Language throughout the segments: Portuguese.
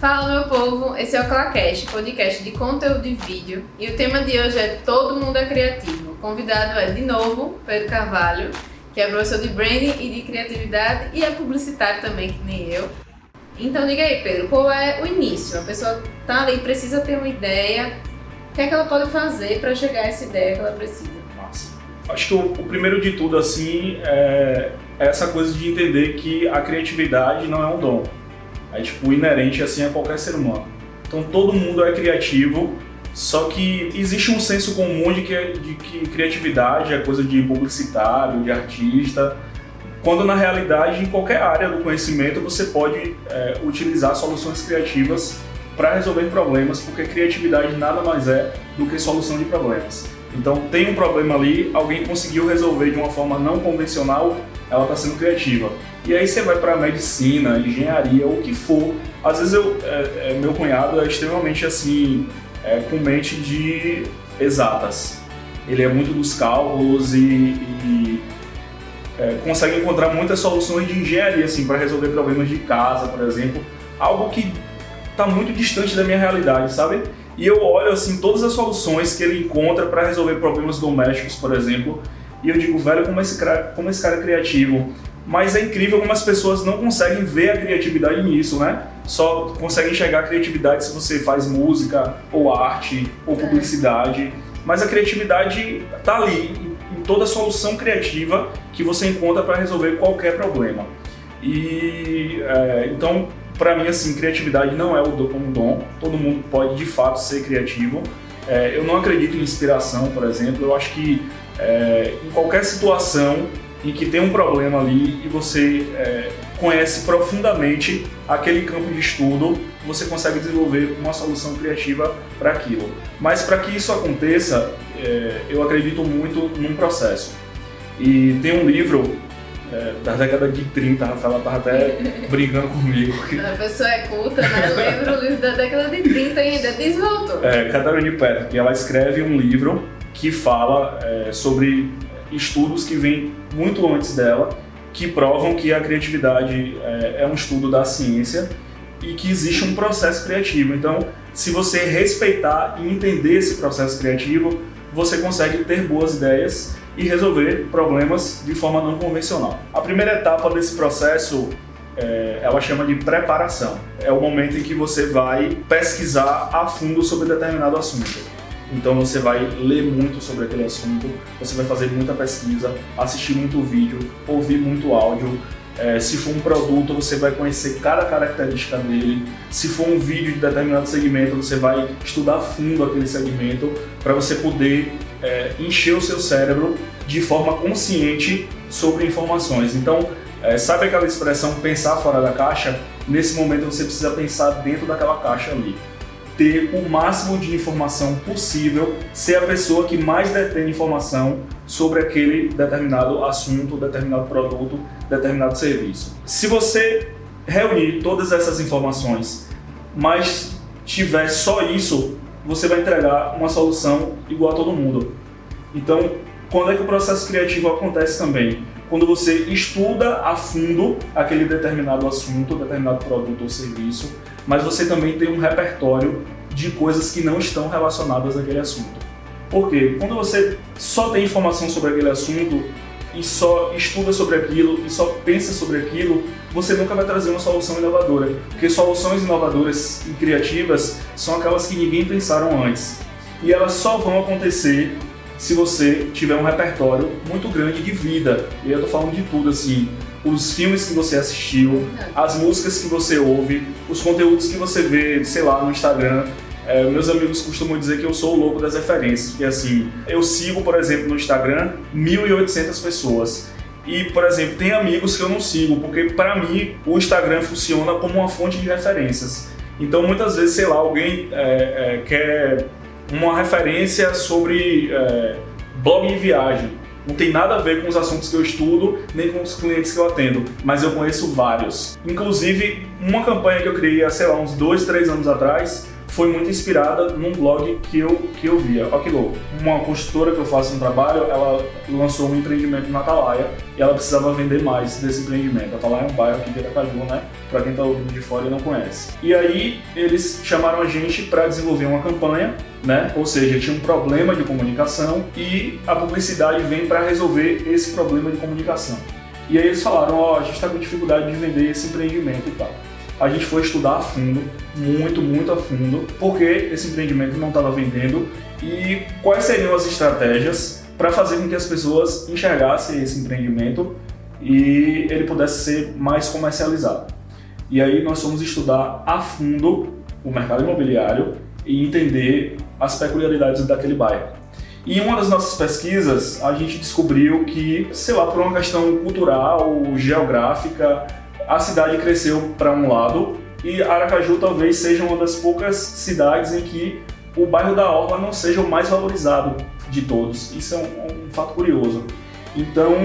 Fala, meu povo, esse é o Clacast, podcast de conteúdo de vídeo, e o tema de hoje é Todo Mundo é Criativo. O convidado é, de novo, Pedro Carvalho, que é professor de branding e de criatividade e é publicitário também, que nem eu. Então diga aí, Pedro, qual é o início? A pessoa tá ali, precisa ter uma ideia, o que é que ela pode fazer para chegar a essa ideia que ela precisa? Massa. Acho que o primeiro de tudo, assim, é essa coisa de entender que a criatividade não é um dom. É tipo inerente assim a qualquer ser humano. Então todo mundo é criativo, só que existe um senso comum de que criatividade é coisa de publicitário, de artista, quando na realidade em qualquer área do conhecimento você pode utilizar soluções criativas para resolver problemas, porque criatividade nada mais é do que solução de problemas. Então tem um problema ali, alguém conseguiu resolver de uma forma não convencional, ela está sendo criativa. E aí você vai para medicina, engenharia, o que for. Às vezes meu cunhado é extremamente assim, com mente de exatas. Ele é muito dos cálculos e consegue encontrar muitas soluções de engenharia assim, para resolver problemas de casa, por exemplo. Algo que está muito distante da minha realidade, sabe? E eu olho assim, todas as soluções que ele encontra para resolver problemas domésticos, por exemplo, e eu digo, velho, como esse cara é criativo. Mas é incrível como as pessoas não conseguem ver a criatividade nisso, né? Só conseguem enxergar a criatividade se você faz música, ou arte, ou publicidade. Mas a criatividade está ali, em toda solução criativa que você encontra para resolver qualquer problema. E então, para mim, assim, criatividade não é um dom. Todo mundo pode, de fato, ser criativo. Eu não acredito em inspiração, por exemplo. Eu acho que em qualquer situação em que tem um problema ali e você conhece profundamente aquele campo de estudo, você consegue desenvolver uma solução criativa para aquilo. Mas para que isso aconteça, eu acredito muito num processo. E tem um livro da década de 30, a Rafaela estava até brincando comigo. A pessoa é culta, né? Lembra o livro da década de 30 e ainda diz o autor. Catherine Patrick, ela escreve um livro que fala sobre estudos que vêm muito antes dela, que provam que a criatividade é um estudo da ciência e que existe um processo criativo. Então, se você respeitar e entender esse processo criativo, você consegue ter boas ideias e resolver problemas de forma não convencional. A primeira etapa desse processo, ela chama de preparação. É o momento em que você vai pesquisar a fundo sobre determinado assunto. Então você vai ler muito sobre aquele assunto, você vai fazer muita pesquisa, assistir muito vídeo, ouvir muito áudio. Se for um produto, você vai conhecer cada característica dele. Se for um vídeo de determinado segmento, você vai estudar a fundo aquele segmento para você poder encher o seu cérebro de forma consciente sobre informações. Então, sabe aquela expressão pensar fora da caixa? Nesse momento você precisa pensar dentro daquela caixa ali. Ter o máximo de informação possível, ser a pessoa que mais detém informação sobre aquele determinado assunto, determinado produto, determinado serviço. Se você reunir todas essas informações, mas tiver só isso, você vai entregar uma solução igual a todo mundo. Então, quando é que o processo criativo acontece também? Quando você estuda a fundo aquele determinado assunto, determinado produto ou serviço, mas você também tem um repertório de coisas que não estão relacionadas àquele assunto. Por quê? Quando você só tem informação sobre aquele assunto e só estuda sobre aquilo e só pensa sobre aquilo, você nunca vai trazer uma solução inovadora. Porque soluções inovadoras e criativas são aquelas que ninguém pensaram antes. E elas só vão acontecer se você tiver um repertório muito grande de vida. E eu tô falando de tudo, assim, os filmes que você assistiu, as músicas que você ouve, os conteúdos que você vê, sei lá, no Instagram. Meus amigos costumam dizer que eu sou o louco das referências, porque assim, eu sigo, por exemplo, no Instagram, 1.800 pessoas. E, por exemplo, tem amigos que eu não sigo, porque para mim o Instagram funciona como uma fonte de referências. Então, muitas vezes, sei lá, alguém quer uma referência sobre blog de viagem. Não tem nada a ver com os assuntos que eu estudo, nem com os clientes que eu atendo, mas eu conheço vários. Inclusive, uma campanha que eu criei há, sei lá, uns 2, 3 anos atrás, foi muito inspirada num blog que eu via. Olha que louco. Uma construtora que eu faço um trabalho, ela lançou um empreendimento na Atalaia e ela precisava vender mais desse empreendimento. A Atalaia é um bairro aqui de Aracaju, né? Pra quem tá ouvindo de fora e não conhece. E aí eles chamaram a gente para desenvolver uma campanha, né? Ou seja, tinha um problema de comunicação e a publicidade vem para resolver esse problema de comunicação. E aí eles falaram, a gente está com dificuldade de vender esse empreendimento e tal. A gente foi estudar a fundo, muito a fundo, porque esse empreendimento não estava vendendo e quais seriam as estratégias para fazer com que as pessoas enxergassem esse empreendimento e ele pudesse ser mais comercializado. E aí nós fomos estudar a fundo o mercado imobiliário e entender as peculiaridades daquele bairro. E em uma das nossas pesquisas, a gente descobriu que, sei lá, por uma questão cultural, geográfica, a cidade cresceu para um lado e Aracaju talvez seja uma das poucas cidades em que o bairro da Orla não seja o mais valorizado de todos. Isso é um fato curioso. Então,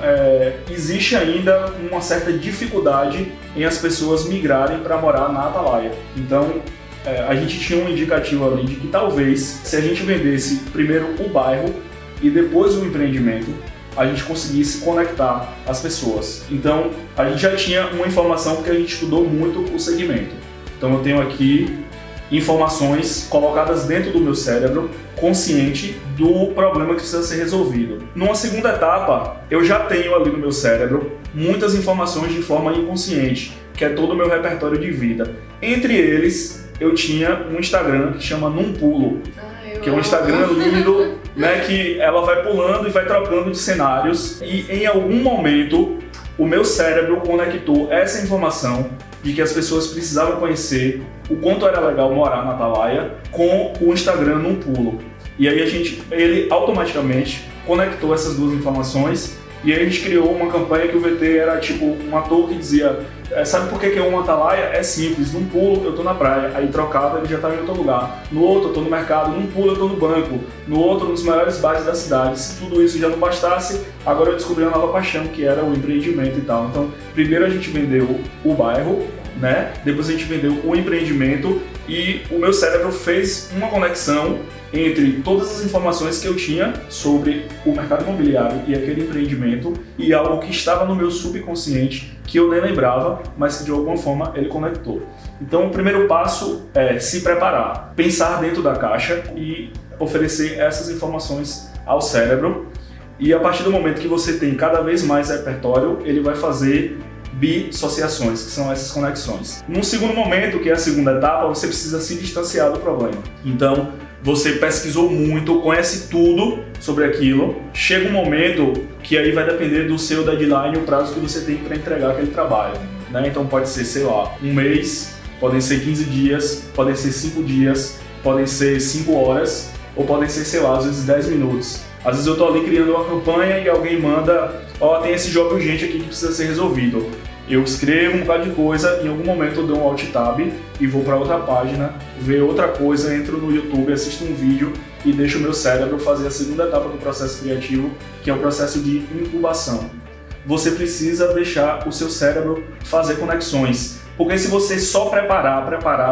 existe ainda uma certa dificuldade em as pessoas migrarem para morar na Atalaia. Então, a gente tinha um indicativo ali de que talvez, se a gente vendesse primeiro o bairro e depois o empreendimento, a gente conseguisse conectar as pessoas. Então, a gente já tinha uma informação porque a gente estudou muito o segmento. Então, eu tenho aqui informações colocadas dentro do meu cérebro, consciente do problema que precisa ser resolvido. Numa segunda etapa, eu já tenho ali no meu cérebro muitas informações de forma inconsciente, que é todo o meu repertório de vida. Entre eles, eu tinha um Instagram que chama Num Pulo, que é um Instagram lindo, né, que ela vai pulando e vai trocando de cenários e em algum momento o meu cérebro conectou essa informação de que as pessoas precisavam conhecer o quanto era legal morar na Atalaia com o Instagram Num Pulo. E aí ele automaticamente conectou essas duas informações e aí a gente criou uma campanha que o VT era tipo um ator que dizia sabe por que é uma Atalaia? É simples, num pulo eu tô na praia, aí trocava ele já estava em outro lugar, no outro eu tô no mercado, num pulo eu tô no banco, no outro nos melhores bares da cidade. Se tudo isso já não bastasse, agora eu descobri uma nova paixão que era o empreendimento e tal. Então primeiro a gente vendeu o bairro, né? Depois a gente vendeu o empreendimento e o meu cérebro fez uma conexão entre todas as informações que eu tinha sobre o mercado imobiliário e aquele empreendimento e algo que estava no meu subconsciente que eu nem lembrava, mas que de alguma forma ele conectou. Então o primeiro passo é se preparar, pensar dentro da caixa e oferecer essas informações ao cérebro e a partir do momento que você tem cada vez mais repertório, ele vai fazer bissociações, que são essas conexões. Num segundo momento, que é a segunda etapa, você precisa se distanciar do problema. Então, você pesquisou muito, conhece tudo sobre aquilo, chega um momento que aí vai depender do seu deadline, o prazo que você tem para entregar aquele trabalho, né? Então pode ser, sei lá, um mês, podem ser 15 dias, podem ser 5 dias, podem ser 5 horas, ou podem ser, sei lá, às vezes 10 minutos. Às vezes eu tô ali criando uma campanha e alguém manda, tem esse job urgente aqui que precisa ser resolvido. Eu escrevo um bocado de coisa, em algum momento eu dou um Alt Tab e vou para outra página, ver outra coisa, entro no YouTube, assisto um vídeo e deixo o meu cérebro fazer a segunda etapa do processo criativo, que é o processo de incubação. Você precisa deixar o seu cérebro fazer conexões, porque se você só preparar,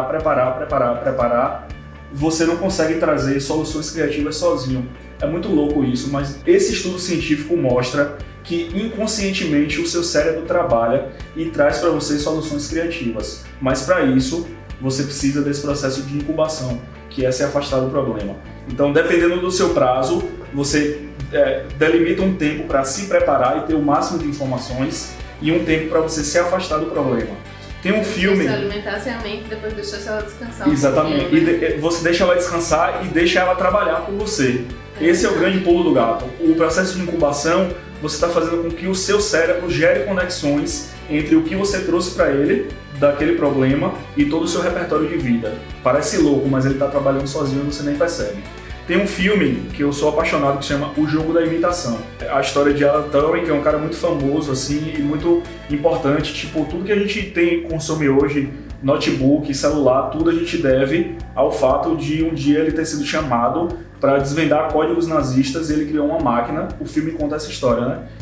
você não consegue trazer soluções criativas sozinho. É muito louco isso, mas esse estudo científico mostra que inconscientemente o seu cérebro trabalha e traz para você soluções criativas. Mas para isso, você precisa desse processo de incubação, que é se afastar do problema. Então, dependendo do seu prazo, você delimita um tempo para se preparar e ter o máximo de informações e um tempo para você se afastar do problema. Tem um filme... Você alimentasse a mente e depois deixasse ela descansar. Exatamente. E você deixa ela descansar e deixa ela trabalhar por você. Esse é o grande pulo do gato. O processo de incubação, você está fazendo com que o seu cérebro gere conexões entre o que você trouxe para ele, daquele problema, e todo o seu repertório de vida. Parece louco, mas ele está trabalhando sozinho e você nem percebe. Tem um filme que eu sou apaixonado que se chama O Jogo da Imitação. A história de Alan Turing, que é um cara muito famoso assim, e muito importante. Tipo, tudo que a gente consome hoje, notebook, celular, tudo a gente deve ao fato de um dia ele ter sido chamado para desvendar códigos nazistas e ele criou uma máquina. O filme conta essa história, né?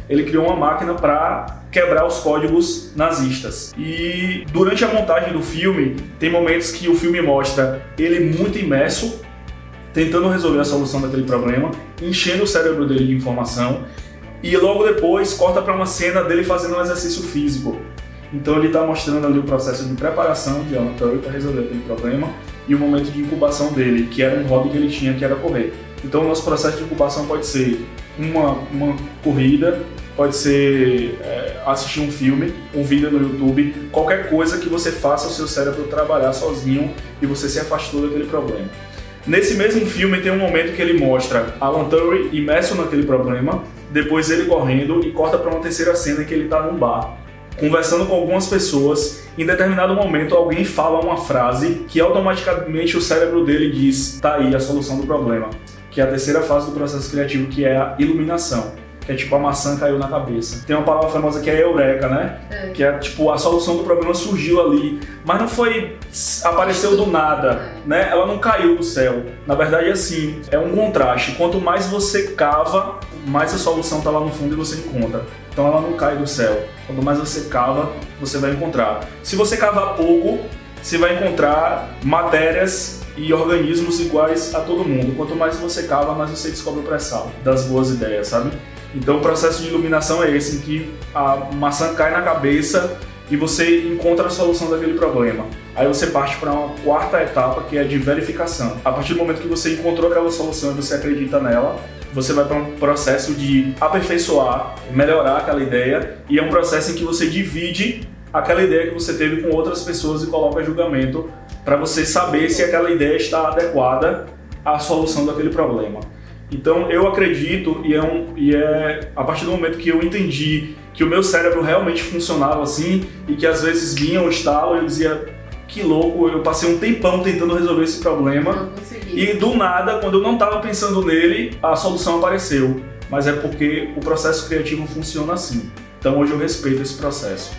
ele criou uma máquina para quebrar os códigos nazistas. E durante a montagem do filme, tem momentos que o filme mostra ele muito imerso, tentando resolver a solução daquele problema, enchendo o cérebro dele de informação, e logo depois corta para uma cena dele fazendo um exercício físico. Então ele está mostrando ali o processo de preparação de Alan Turing para resolver aquele problema e o momento de incubação dele, que era um hobby que ele tinha, que era correr. Então o nosso processo de incubação pode ser uma corrida, pode ser assistir um filme, um vídeo no YouTube, qualquer coisa que você faça o seu cérebro trabalhar sozinho e você se afastou daquele problema. Nesse mesmo filme tem um momento que ele mostra Alan Turing imerso naquele problema, depois ele correndo e corta para uma terceira cena em que ele está num bar, conversando com algumas pessoas. Em determinado momento alguém fala uma frase que automaticamente o cérebro dele diz: tá aí a solução do problema, que é a terceira fase do processo criativo, que é a iluminação, que é tipo a maçã caiu na cabeça. Tem uma palavra famosa que é eureka, né? Que é tipo a solução do problema surgiu ali, mas não foi, apareceu do nada, né? Ela não caiu do céu. Na verdade, assim, é um contraste. Quanto mais você cava, mais a solução tá lá no fundo e você encontra. Então ela não cai do céu. Quanto mais você cava, você vai encontrar. Se você cavar pouco, você vai encontrar matérias e organismos iguais a todo mundo. Quanto mais você cava, mais você descobre o pré-sal das boas ideias, sabe? Então o processo de iluminação é esse, em que a maçã cai na cabeça e você encontra a solução daquele problema. Aí você parte para uma quarta etapa, que é a de verificação. A partir do momento que você encontrou aquela solução e você acredita nela, você vai para um processo de aperfeiçoar, melhorar aquela ideia, e é um processo em que você divide aquela ideia que você teve com outras pessoas e coloca julgamento para você saber se aquela ideia está adequada à solução daquele problema. Então eu acredito, e é a partir do momento que eu entendi que o meu cérebro realmente funcionava assim, e que às vezes vinha um estalo e eu dizia: que louco, eu passei um tempão tentando resolver esse problema e do nada, quando eu não estava pensando nele, a solução apareceu. Mas é porque o processo criativo funciona assim. Então hoje eu respeito esse processo.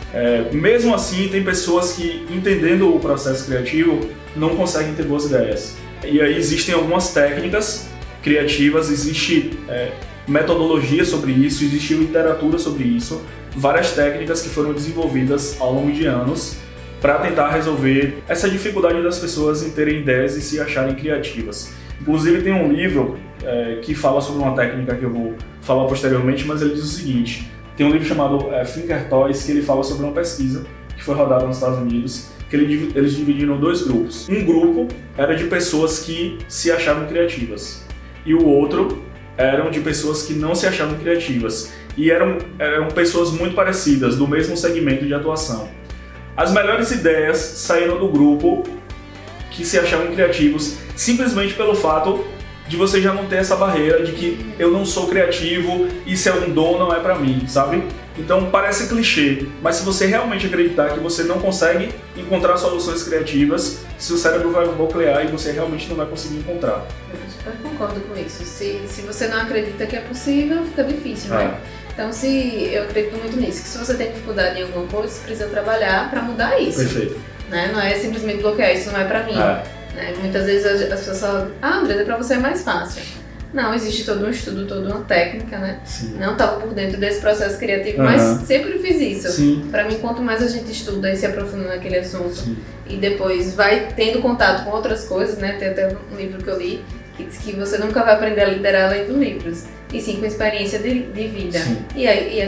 Mesmo assim, tem pessoas que, entendendo o processo criativo, não conseguem ter boas ideias. E aí existem algumas técnicas criativas, existe metodologia sobre isso, existe literatura sobre isso, várias técnicas que foram desenvolvidas ao longo de anos para tentar resolver essa dificuldade das pessoas em terem ideias e se acharem criativas. Inclusive tem um livro que fala sobre uma técnica que eu vou falar posteriormente, mas ele diz o seguinte: tem um livro chamado Thinker Toys, que ele fala sobre uma pesquisa que foi rodada nos Estados Unidos, que eles dividiram em dois grupos. Um grupo era de pessoas que se achavam criativas e o outro eram de pessoas que não se achavam criativas, e eram pessoas muito parecidas, do mesmo segmento de atuação. As melhores ideias saíram do grupo que se achavam criativos, simplesmente pelo fato de você já não ter essa barreira de que eu não sou criativo, isso é um dom, não é pra mim, sabe? Então parece clichê, mas se você realmente acreditar que você não consegue encontrar soluções criativas, seu cérebro vai bloquear e você realmente não vai conseguir encontrar. Eu concordo com isso. Se você não acredita que é possível, fica difícil, né? Então eu acredito muito nisso, que se você tem dificuldade em alguma coisa, você precisa trabalhar para mudar isso. Perfeito. Né? Não é simplesmente bloquear, isso não é pra mim. Né? Muitas vezes as pessoas falam: Andresa, pra você é mais fácil. Não, existe todo um estudo, toda uma técnica, né? Sim. Não estava por dentro desse processo criativo, mas sempre fiz isso. Sim. Pra mim, quanto mais a gente estuda e se aprofunda naquele assunto, sim, e depois vai tendo contato com outras coisas, né? Tem até um livro que eu li que diz que você nunca vai aprender a liderar além dos livros, e sim com experiência de vida. E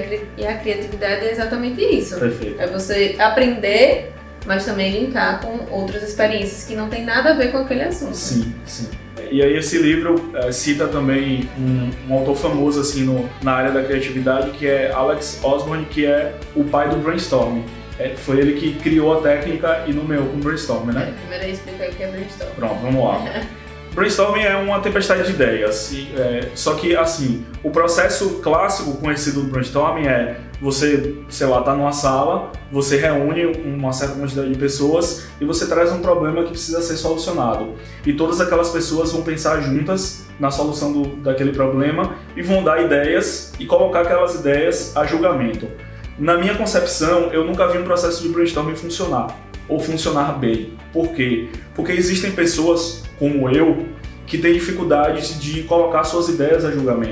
a criatividade é exatamente isso. Perfeito. É você aprender, mas também linkar com outras experiências que não tem nada a ver com aquele assunto. Sim, sim. E aí esse livro cita também um autor famoso assim, na área da criatividade, que é Alex Osborne, que é o pai do brainstorming. Foi ele que criou a técnica e nomeou como brainstorming, né? Primeiro aí explica aí o que é brainstorming. Pronto, vamos lá. Brainstorming é uma tempestade de ideias, só que assim, o processo clássico conhecido do brainstorming é você, sei lá, tá numa sala, você reúne uma certa quantidade de pessoas e você traz um problema que precisa ser solucionado. E todas aquelas pessoas vão pensar juntas na solução daquele problema e vão dar ideias e colocar aquelas ideias a julgamento. Na minha concepção, eu nunca vi um processo de brainstorming funcionar, ou funcionar bem. Por quê? Porque existem pessoas como eu que têm dificuldades de colocar suas ideias a julgamento.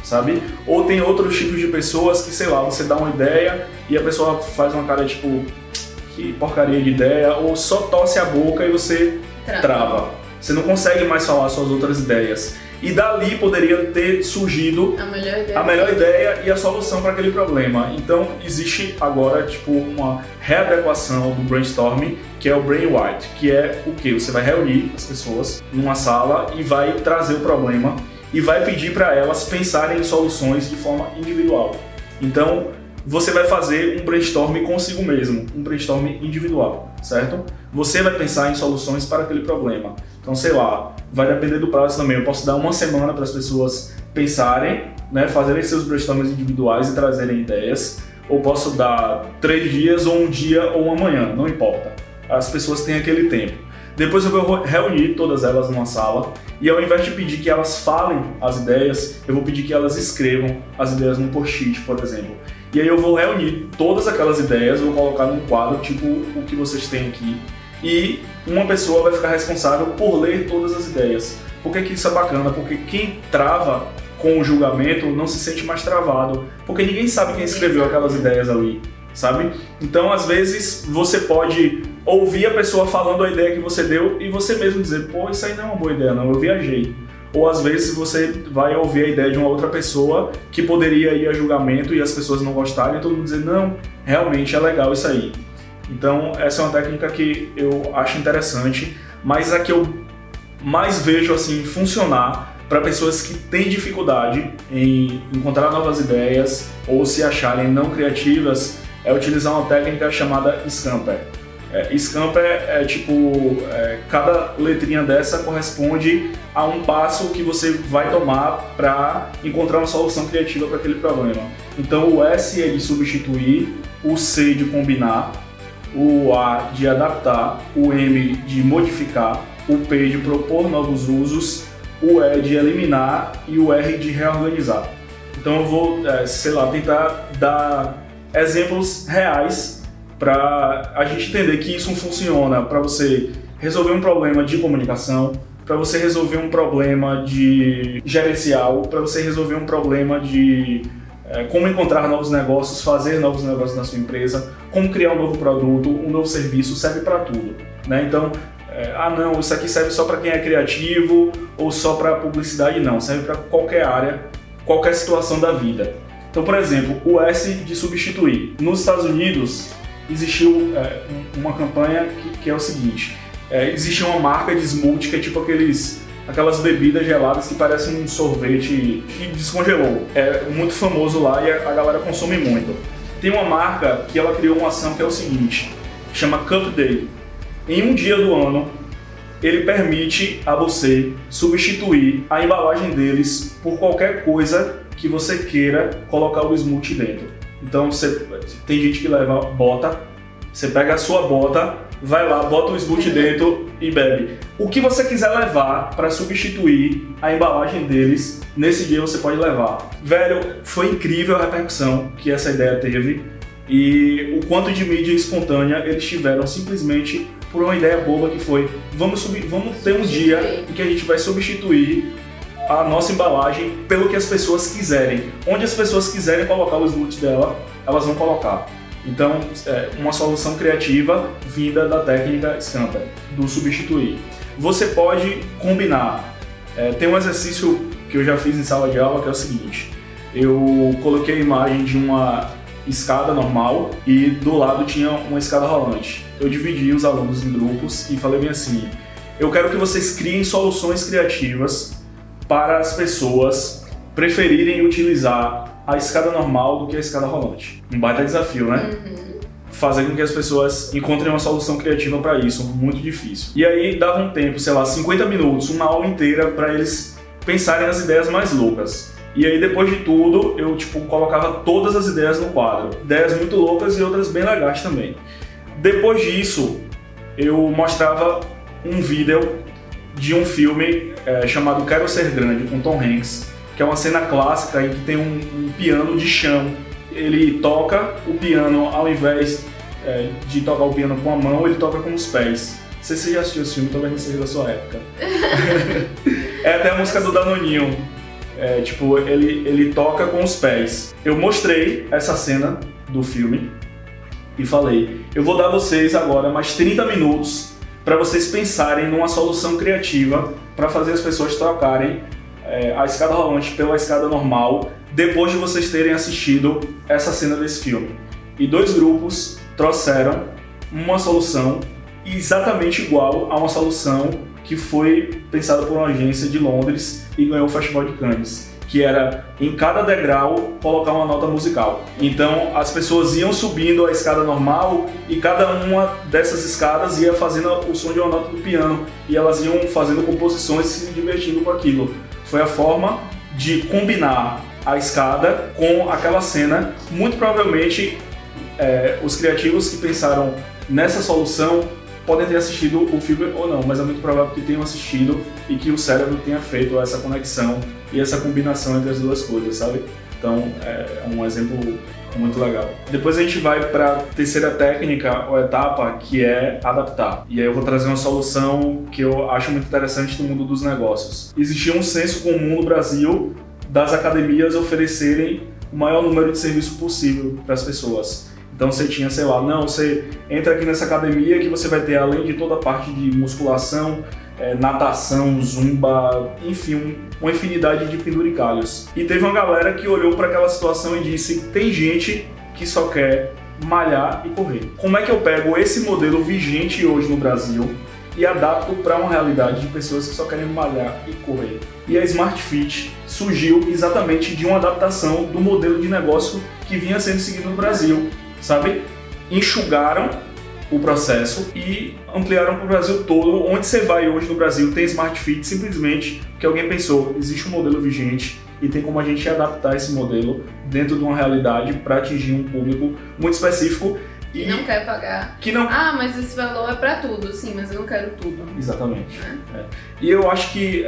sabe? Ou tem outros tipos de pessoas que, sei lá, você dá uma ideia e a pessoa faz uma cara tipo, que porcaria de ideia, ou só torce a boca e você trava. Você não consegue mais falar suas outras ideias. E dali poderia ter surgido a melhor ideia e a solução para aquele problema. Então existe agora tipo uma readequação do brainstorming, que é o brainwrite, que é o que? Você vai reunir as pessoas numa sala e vai trazer o problema e vai pedir para elas pensarem em soluções de forma individual. Então você vai fazer um brainstorming consigo mesmo, um brainstorming individual, certo? Você vai pensar em soluções para aquele problema. Então, sei lá, vai depender do prazo também. Eu posso dar uma semana para as pessoas pensarem, né, fazerem seus brainstormings individuais e trazerem ideias. Ou posso dar 3 dias, ou um dia, ou uma manhã, não importa. As pessoas têm aquele tempo. Depois eu vou reunir todas elas numa sala e ao invés de pedir que elas falem as ideias, eu vou pedir que elas escrevam as ideias num post-it, por exemplo. E aí eu vou reunir todas aquelas ideias, vou colocar num quadro, tipo o que vocês têm aqui, e uma pessoa vai ficar responsável por ler todas as ideias. Por que isso é bacana? Porque quem trava com o julgamento não se sente mais travado, porque ninguém sabe quem escreveu aquelas ideias ali, sabe? Então, às vezes, você pode ouvir a pessoa falando a ideia que você deu e você mesmo dizer, pô, isso aí não é uma boa ideia não, eu viajei. Ou às vezes você vai ouvir a ideia de uma outra pessoa que poderia ir a julgamento e as pessoas não gostarem e todo mundo dizer, não, realmente é legal isso aí. Então essa é uma técnica que eu acho interessante, mas a que eu mais vejo assim funcionar para pessoas que têm dificuldade em encontrar novas ideias ou se acharem não criativas é utilizar uma técnica chamada Scamper. Scamper é tipo, cada letrinha dessa corresponde a um passo que você vai tomar para encontrar uma solução criativa para aquele problema. Então o S é de substituir, o C de combinar, o A de adaptar, o M de modificar, o P de propor novos usos, o E de eliminar e o R de reorganizar. Então eu vou, sei lá, tentar dar exemplos reais para a gente entender que isso funciona para você resolver um problema de comunicação, para você resolver um problema de gerencial, para você resolver um problema de como encontrar novos negócios, fazer novos negócios na sua empresa, como criar um novo produto, um novo serviço, serve para tudo, né? Então, não, isso aqui serve só para quem é criativo ou só para publicidade, não, serve para qualquer área, qualquer situação da vida. Então, por exemplo, o S de substituir. Nos Estados Unidos, existiu uma campanha que é o seguinte, existe uma marca de smoothie que é tipo aquelas bebidas geladas que parecem um sorvete que descongelou. É muito famoso lá e a galera consome muito. Tem uma marca que ela criou uma ação que é o seguinte, chama Cup Day. Em um dia do ano, ele permite a você substituir a embalagem deles por qualquer coisa que você queira colocar o smoothie dentro. Então tem gente que leva bota, você pega a sua bota, vai lá, bota o smoothie dentro e bebe. O que você quiser levar para substituir a embalagem deles, nesse dia você pode levar. Velho, foi incrível a repercussão que essa ideia teve e o quanto de mídia espontânea eles tiveram simplesmente por uma ideia boba que foi vamos ter um dia em que a gente vai substituir a nossa embalagem pelo que as pessoas quiserem. Onde as pessoas quiserem colocar o smoothie dela, elas vão colocar. Então, uma solução criativa vinda da técnica Scamper, do substituir. Você pode combinar. Tem um exercício que eu já fiz em sala de aula que é o seguinte. Eu coloquei a imagem de uma escada normal e do lado tinha uma escada rolante. Eu dividi os alunos em grupos e falei bem assim, eu quero que vocês criem soluções criativas para as pessoas preferirem utilizar a escada normal do que a escada rolante. Um baita desafio, né? Fazer com que as pessoas encontrem uma solução criativa para isso, muito difícil. E aí dava um tempo, sei lá, 50 minutos, uma aula inteira para eles pensarem nas ideias mais loucas. E aí depois de tudo, eu colocava todas as ideias no quadro. Ideias muito loucas e outras bem legais também. Depois disso, eu mostrava um vídeo de um filme chamado Quero Ser Grande, com Tom Hanks, que é uma cena clássica em que tem um piano de chão. Ele toca o piano, ao invés de tocar o piano com a mão, ele toca com os pés. Não sei se você já assistiu esse filme, talvez não seja da sua época. É até a música do Danoninho. tipo, ele toca com os pés. Eu mostrei essa cena do filme e falei, eu vou dar a vocês agora mais 30 minutos para vocês pensarem numa solução criativa para fazer as pessoas trocarem a escada rolante pela escada normal depois de vocês terem assistido essa cena desse filme. E 2 grupos trouxeram uma solução exatamente igual a uma solução que foi pensada por uma agência de Londres e ganhou o Festival de Cannes, que era em cada degrau colocar uma nota musical. Então as pessoas iam subindo a escada normal e cada uma dessas escadas ia fazendo o som de uma nota do piano e elas iam fazendo composições e se divertindo com aquilo. Foi a forma de combinar a escada com aquela cena. Muito provavelmente os criativos que pensaram nessa solução podem ter assistido o filme ou não, mas é muito provável que tenham assistido e que o cérebro tenha feito essa conexão e essa combinação entre as duas coisas, sabe? Então é um exemplo muito legal. Depois a gente vai para a terceira técnica ou etapa, que é adaptar. E aí eu vou trazer uma solução que eu acho muito interessante no mundo dos negócios. Existia um senso comum no Brasil das academias oferecerem o maior número de serviço possível para as pessoas. Então você tinha, sei lá, não, você entra aqui nessa academia que você vai ter, além de toda a parte de musculação, natação, zumba, enfim, uma infinidade de penduricalhos. E teve uma galera que olhou para aquela situação e disse, tem gente que só quer malhar e correr. Como é que eu pego esse modelo vigente hoje no Brasil e adapto para uma realidade de pessoas que só querem malhar e correr? E a Smart Fit surgiu exatamente de uma adaptação do modelo de negócio que vinha sendo seguido no Brasil, sabe? Enxugaram o processo e ampliaram para o Brasil todo. Onde você vai hoje no Brasil tem Smart Fit simplesmente porque alguém pensou, existe um modelo vigente e tem como a gente adaptar esse modelo dentro de uma realidade para atingir um público muito específico. E não quer pagar. Que não... Ah, mas esse valor é para tudo, sim, mas eu não quero tudo. Exatamente. E eu acho que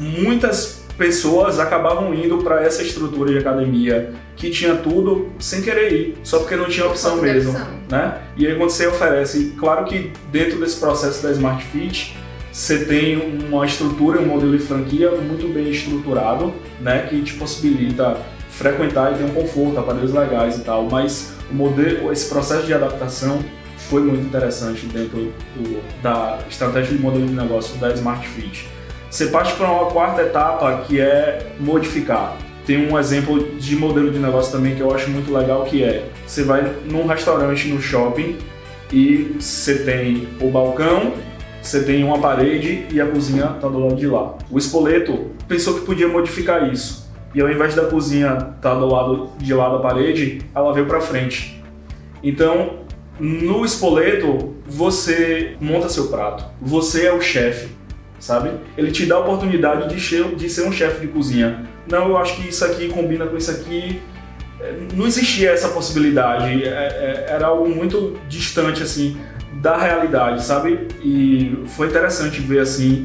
muitas pessoas acabavam indo para essa estrutura de academia que tinha tudo sem querer ir, só porque não tinha opção mesmo, né? E aí quando você oferece, claro que dentro desse processo da Smart Fit, você tem uma estrutura, um modelo de franquia muito bem estruturado, né, que te possibilita frequentar e ter um conforto, aparelhos legais e tal, mas o modelo, esse processo de adaptação foi muito interessante dentro da estratégia de modelo de negócio da Smart Fit. Você parte para uma quarta etapa, que é modificar. Tem um exemplo de modelo de negócio também que eu acho muito legal, que é, você vai num restaurante no shopping e você tem o balcão, você tem uma parede e a cozinha está do lado de lá. O Spoleto pensou que podia modificar isso. E ao invés da cozinha estar do lado de lá da parede, ela veio para frente. Então, no Spoleto, você monta seu prato. Você é o chefe, sabe? Ele te dá a oportunidade de ser um chefe de cozinha. Não, eu acho que isso aqui combina com isso aqui. Não existia essa possibilidade. Era algo muito distante, assim, da realidade, sabe? E foi interessante ver, assim,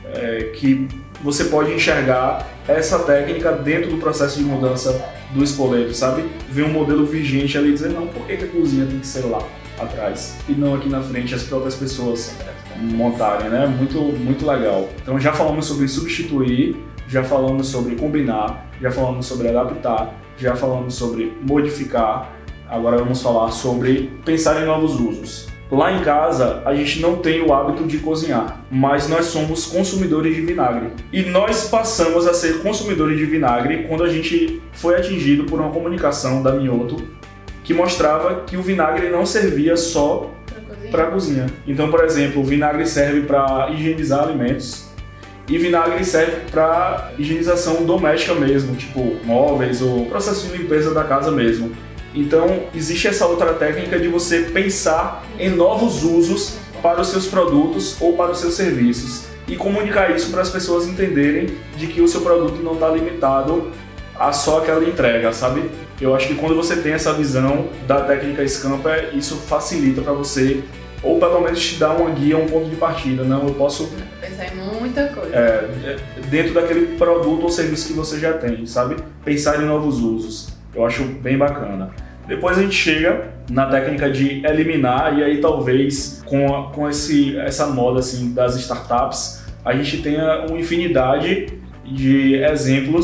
que você pode enxergar essa técnica dentro do processo de mudança do Spoleto, sabe? Ver um modelo vigente ali e dizer, não, por que a cozinha tem que ser lá atrás e não aqui na frente as próprias pessoas montarem, né? Muito, muito legal. Então já falamos sobre substituir, já falamos sobre combinar, já falamos sobre adaptar, já falamos sobre modificar, agora vamos falar sobre pensar em novos usos. Lá em casa, a gente não tem o hábito de cozinhar, mas nós somos consumidores de vinagre. E nós passamos a ser consumidores de vinagre quando a gente foi atingido por uma comunicação da Mioto que mostrava que o vinagre não servia só para a cozinha. Então, por exemplo, o vinagre serve para higienizar alimentos e vinagre serve para higienização doméstica mesmo, tipo móveis ou processo de limpeza da casa mesmo. Então, existe essa outra técnica de você pensar em novos usos para os seus produtos ou para os seus serviços e comunicar isso para as pessoas entenderem de que o seu produto não está limitado a só aquela entrega, sabe? Eu acho que quando você tem essa visão da técnica Scamper, isso facilita para você, ou pelo menos te dá uma guia, um ponto de partida. Não, eu posso pensar em muita coisa. Dentro daquele produto ou serviço que você já tem, sabe? Pensar em novos usos. Eu acho bem bacana. Depois a gente chega na técnica de eliminar, e aí talvez com essa moda assim, das startups, a gente tenha uma infinidade de exemplos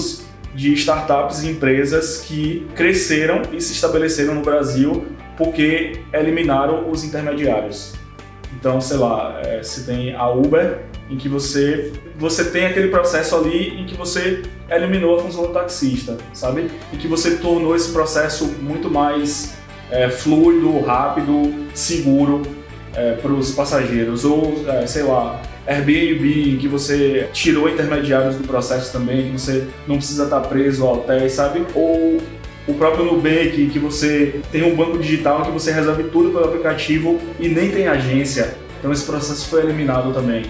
de startups e empresas que cresceram e se estabeleceram no Brasil porque eliminaram os intermediários. Então, sei lá, se tem a Uber, em que você tem aquele processo ali em que você eliminou a função do taxista, sabe? E que você tornou esse processo muito mais fluido, rápido, seguro para os passageiros. Ou, sei lá, Airbnb, em que você tirou intermediários do processo também, que você não precisa estar preso a hotéis, sabe? Ou o próprio Nubank, que você tem um banco digital em que você resolve tudo pelo aplicativo e nem tem agência. Então esse processo foi eliminado também.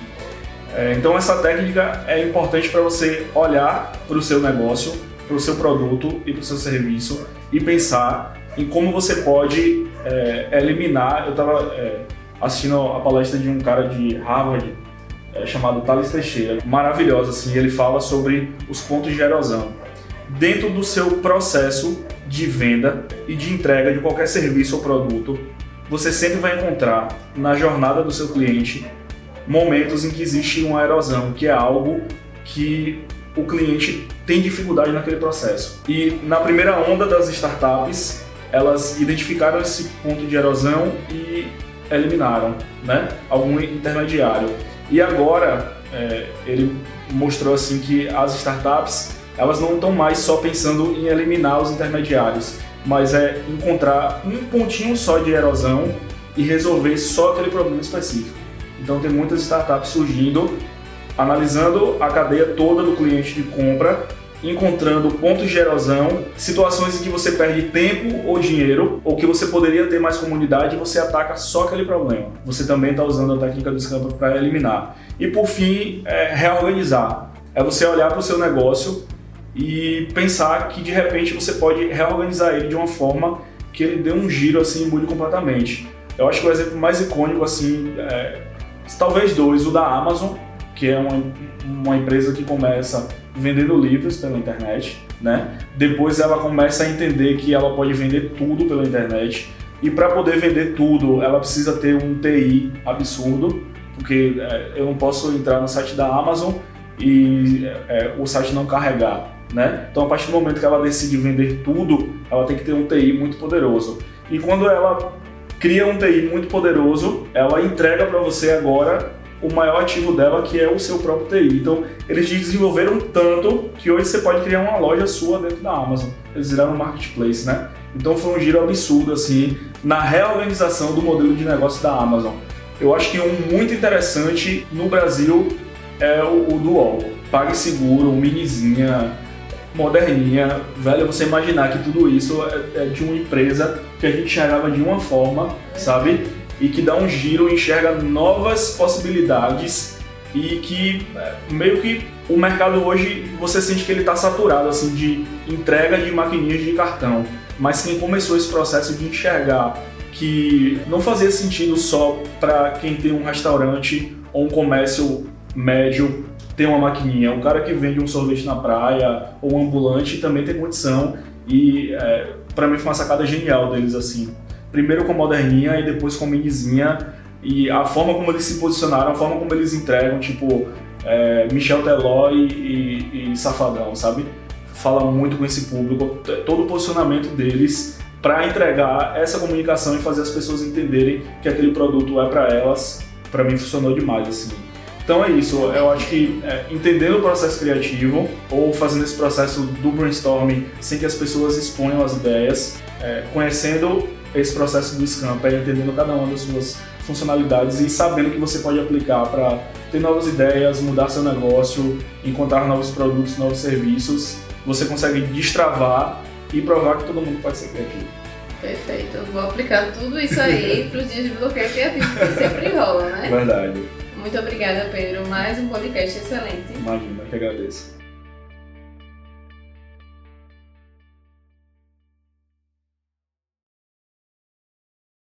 Então essa técnica é importante para você olhar para o seu negócio, para o seu produto e para o seu serviço e pensar em como você pode eliminar. Eu estava assistindo a palestra de um cara de Harvard chamado Thales Teixeira, maravilhosa, assim. Ele fala sobre os pontos de erosão. Dentro do seu processo de venda e de entrega de qualquer serviço ou produto, você sempre vai encontrar na jornada do seu cliente momentos em que existe uma erosão, que é algo que o cliente tem dificuldade naquele processo. E na primeira onda das startups, elas identificaram esse ponto de erosão e eliminaram, né, algum intermediário. E agora ele mostrou assim que as startups elas não estão mais só pensando em eliminar os intermediários, mas encontrar um pontinho só de erosão e resolver só aquele problema específico. Então tem muitas startups surgindo, analisando a cadeia toda do cliente de compra, encontrando pontos de erosão, situações em que você perde tempo ou dinheiro, ou que você poderia ter mais comunidade e você ataca só aquele problema. Você também está usando a técnica do Scamper para eliminar. E por fim, reorganizar. É você olhar para o seu negócio e pensar que de repente você pode reorganizar ele de uma forma que ele dê um giro assim e mude completamente. Eu acho que o exemplo mais icônico assim talvez dois, o da Amazon, que é uma empresa que começa vendendo livros pela internet, né? Depois ela começa a entender que ela pode vender tudo pela internet e para poder vender tudo ela precisa ter um TI absurdo, porque eu não posso entrar no site da Amazon e o site não carregar, né? Então a partir do momento que ela decide vender tudo, ela tem que ter um TI muito poderoso. E quando ela cria um TI muito poderoso, ela entrega para você agora o maior ativo dela, que é o seu próprio TI. Então, eles desenvolveram tanto que hoje você pode criar uma loja sua dentro da Amazon. Eles viraram um marketplace, né? Então, foi um giro absurdo, assim, na reorganização do modelo de negócio da Amazon. Eu acho que um muito interessante no Brasil é o do UOL. PagSeguro, Minizinha, moderninha. Velho, você imaginar que tudo isso é de uma empresa que a gente enxergava de uma forma, sabe? E que dá um giro, enxerga novas possibilidades e que meio que o mercado hoje você sente que ele está saturado assim de entrega de maquininhas de cartão, mas quem começou esse processo de enxergar que não fazia sentido só para quem tem um restaurante ou um comércio médio ter uma maquininha, o cara que vende um sorvete na praia ou um ambulante também tem condição e para mim foi uma sacada genial deles assim. Primeiro com moderninha e depois com minizinha, e a forma como eles se posicionaram, a forma como eles entregam, tipo Michel Teló e Safadão, sabe? Fala muito com esse público, todo o posicionamento deles para entregar essa comunicação e fazer as pessoas entenderem que aquele produto é para elas, para mim funcionou demais, assim. Então é isso, eu acho que entendendo o processo criativo ou fazendo esse processo do brainstorming sem que as pessoas exponham as ideias, conhecendo esse processo do Scamper, entendendo cada uma das suas funcionalidades e sabendo que você pode aplicar para ter novas ideias, mudar seu negócio, encontrar novos produtos, novos serviços, você consegue destravar e provar que todo mundo pode ser criativo. Perfeito, eu vou aplicar tudo isso aí para os dias de bloqueio criativo, que sempre rola, né? Verdade. Muito obrigada, Pedro. Mais um podcast excelente. Imagina, eu que agradeço.